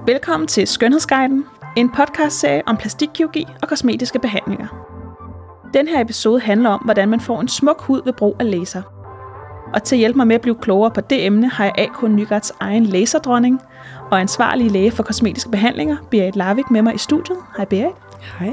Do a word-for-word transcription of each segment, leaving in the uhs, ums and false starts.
Velkommen til Skønhedsguiden, en podcastserie om plastikkirurgi og kosmetiske behandlinger. Den her episode handler om, hvordan man får en smuk hud ved brug af laser. Og til at hjælpe mig med at blive klogere på det emne, har jeg A K Nygaards egen laserdronning og ansvarlig læge for kosmetiske behandlinger, Berit Larvik, med mig i studiet. Hej Berit. Hej.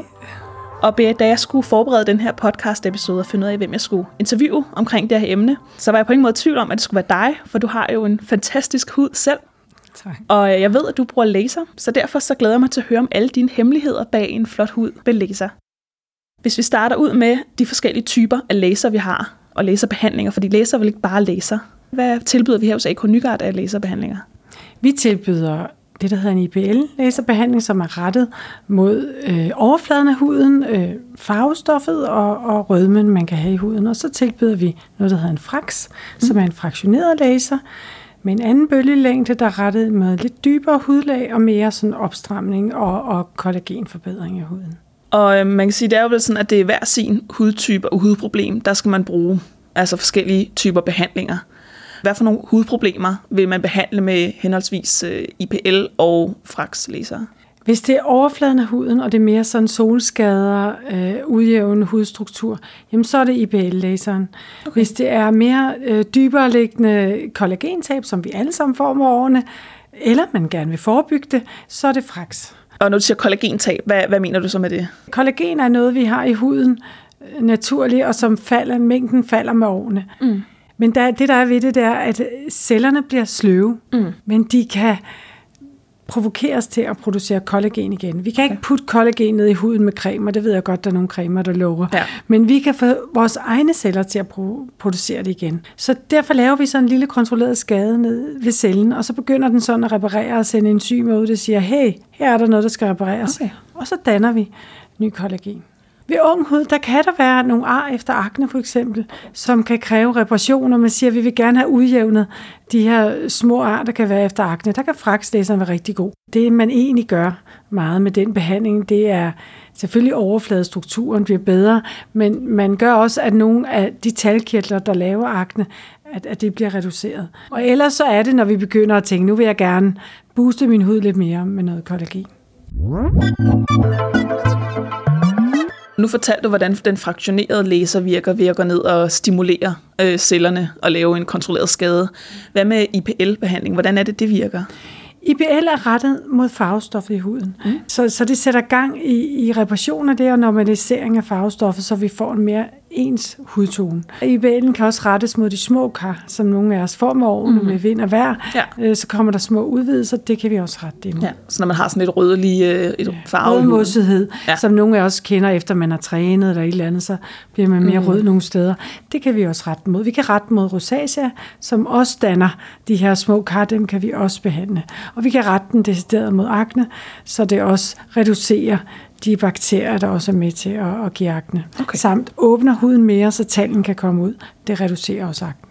Og Berit, da jeg skulle forberede den her podcast-episode og finde ud af, hvem jeg skulle interviewe omkring det her emne, så var jeg på ingen måde i tvivl om, at det skulle være dig, for du har jo en fantastisk hud selv. Tak. Og jeg ved, at du bruger laser, så derfor så glæder jeg mig til at høre om alle dine hemmeligheder bag en flot hud med laser. Hvis vi starter ud med de forskellige typer af laser, vi har, og laserbehandlinger, fordi laser er vel ikke bare laser. Hvad tilbyder vi her hos A K Nygaard af laserbehandlinger? Vi tilbyder det, der hedder en I P L-laserbehandling, som er rettet mod øh, overfladen af huden, øh, farvestoffet og, og rødmen, man kan have i huden. Og så tilbyder vi noget, der hedder en frax, mm. som er en fraktioneret laser, med en anden bølgelængde, der er rettet med lidt dybere hudlag og mere sådan opstramning og, og kollagenforbedring af huden. Og øh, man kan sige, det er jo vel sådan, at det er hver sin hudtype og hudproblem, der skal man bruge altså forskellige typer behandlinger. Hvad for nogle hudproblemer vil man behandle med henholdsvis øh, I P L og frax-laser? Hvis det er overfladen af huden, og det er mere sådan solskader, øh, ujævn hudstruktur, jamen så er det I P L-laseren. Okay. Hvis det er mere øh, dybere liggende kollagentab, som vi alle sammen får med årene, eller man gerne vil forebygge det, så er det frax. Og når du siger kollagentab, hvad, hvad mener du så med det? Kollagen er noget, vi har i huden øh, naturligt, og som falder, mængden falder med årene. Mm. Men der, det, der er ved det, det er, at cellerne bliver sløve, mm. men de kan provokeres til at producere kollagen igen. Vi kan ikke putte kollagen ned i huden med cremer, det ved jeg godt, der er nogle cremer, der lover. Ja. Men vi kan få vores egne celler til at producere det igen. Så derfor laver vi sådan en lille kontrolleret skade ned ved cellen, og så begynder den sådan at reparere og sende enzymer ud, der siger, hey, her er der noget, der skal repareres. Okay. Og så danner vi ny kollagen. Ved ung hud, der kan der være nogle ar efter akne for eksempel, som kan kræve reparationer. Man siger, at vi vil gerne have udjævnet de her små ar, der kan være efter akne. Der kan frax-laseren være rigtig god. Det, man egentlig gør meget med den behandling, det er selvfølgelig overfladestrukturen bliver bedre, men man gør også, at nogle af de talkirtler, der laver akne, at, at det bliver reduceret. Og ellers så er det, når vi begynder at tænke, nu vil jeg gerne booste min hud lidt mere med noget kollagen. Nu fortalte du, hvordan den fraktionerede laser virker ved at gå ned og stimulere øh, cellerne og lave en kontrolleret skade. Hvad med I P L-behandling? Hvordan er det, det virker? I P L er rettet mod farvestoffet i huden. Mm. Så, så det sætter gang i, i reparation af det og normalisering af farvestoffet, så vi får en mere ens hudtone. I P L'en kan også rettes mod de små kar, som nogle af os får med årene mm. med vind og vejr. Ja. Øh, så kommer der små udvidelser, det kan vi også rette det imod. Ja. Så når man har sådan et rødlig et farve ja. Rødmossighed, ja. Som nogle af os kender efter man har trænet eller et eller andet, så bliver man mere mm. rød nogle steder. Det kan vi også rette mod. Vi kan rette mod rosacea, som også danner de her små kar, dem kan vi også behandle. Og vi kan rette den decideret mod akne, så det også reducerer de bakterier, der også er med til at, at give akne. Okay. Samt åbner huden mere, så tallen kan komme ud. Det reducerer også akne.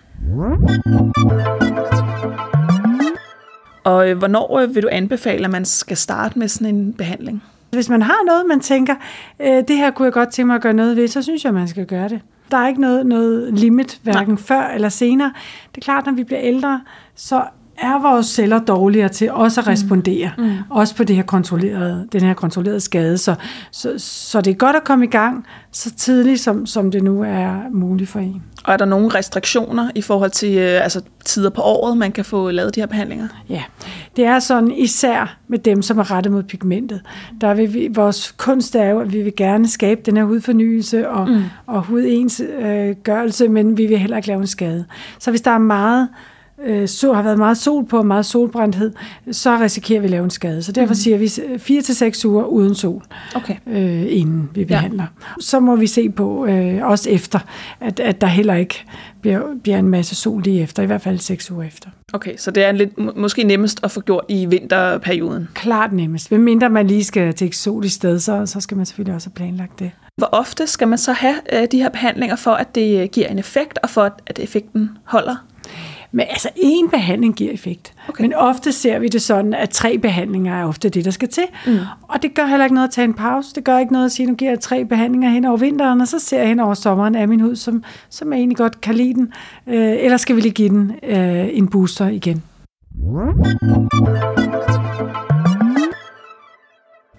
Og hvornår vil du anbefale, at man skal starte med sådan en behandling? Hvis man har noget, man tænker, øh, det her kunne jeg godt tænke mig at gøre noget ved, så synes jeg, man skal gøre det. Der er ikke noget, noget limit, hverken Nej. Før eller senere. Det er klart, når vi bliver ældre, så er vores celler dårligere til også at respondere, mm. Mm. også på det her kontrollerede, den her kontrollerede skade. Så, så, så det er godt at komme i gang så tidligt, som, som det nu er muligt for en. Og er der nogle restriktioner i forhold til øh, altså tider på året, man kan få lavet de her behandlinger? Ja, det er sådan især med dem, som er rettet mod pigmentet. Der vil vi, vores kunst er jo, at vi vil gerne skabe den her hudfornyelse og, mm. og hudensgørelse, øh, men vi vil heller ikke lave en skade. Så hvis der er meget så har været meget sol på og meget solbrændthed, så risikerer vi at lave en skade. Så derfor mm. siger vi fire til seks uger uden sol, okay. øh, inden vi behandler. Ja. Så må vi se på, øh, også efter, at, at der heller ikke bliver, bliver en masse sol lige efter, i hvert fald seks uger efter. Okay, så det er lidt, måske nemmest at få gjort i vinterperioden? Klart nemmest. Hvem mindre man lige skal til sol i sted, så, så skal man selvfølgelig også have planlagt det. Hvor ofte skal man så have øh, de her behandlinger, for at det giver en effekt, og for at effekten holder? Men altså, én behandling giver effekt. Okay. Men ofte ser vi det sådan, at tre behandlinger er ofte det, der skal til. Mm. Og det gør heller ikke noget at tage en pause. Det gør ikke noget at sige, at nu giver jeg tre behandlinger hen over vinteren, og så ser jeg hen over sommeren af min hud, som, som jeg egentlig godt kan lide den. Øh, eller skal vi lige give den øh, en booster igen?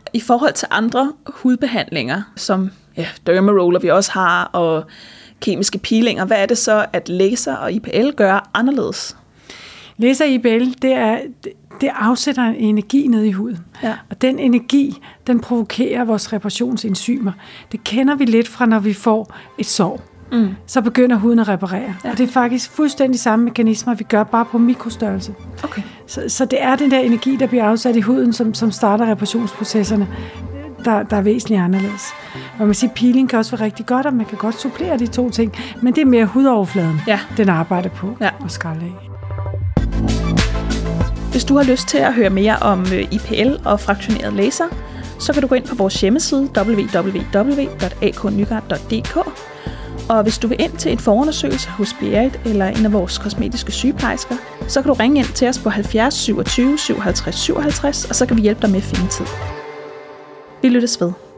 I forhold til andre hudbehandlinger, som ja, dermaroller vi også har, og kemiske peelinger, hvad er det så, at laser og I P L gør anderledes? Laser og I P L, det, er, det afsætter en energi ned i huden. Ja. Og den energi, den provokerer vores reparationsenzymer. Det kender vi lidt fra, når vi får et sår. Mm. Så begynder huden at reparere. Ja. Og det er faktisk fuldstændig samme mekanismer, vi gør bare på mikrostørrelse. Okay. Så, så det er den der energi, der bliver afsat i huden, som, som starter reparationsprocesserne, der, der er væsentligt anderledes. Og man siger, peeling kan også være rigtig godt, og man kan godt supplere de to ting, men det er mere hudoverfladen, ja. Den arbejder på ja. Og skalle af. Hvis du har lyst til at høre mere om I P L og fraktioneret laser, så kan du gå ind på vores hjemmeside w w w punktum a k nygaard punktum d k. Og hvis du vil ind til en forundersøgelse hos Berit eller en af vores kosmetiske sygeplejersker, så kan du ringe ind til os på halvfjerds syvogtyve syvoghalvtreds syvoghalvtreds, og så kan vi hjælpe dig med at finde tid. Vi lyttes ved.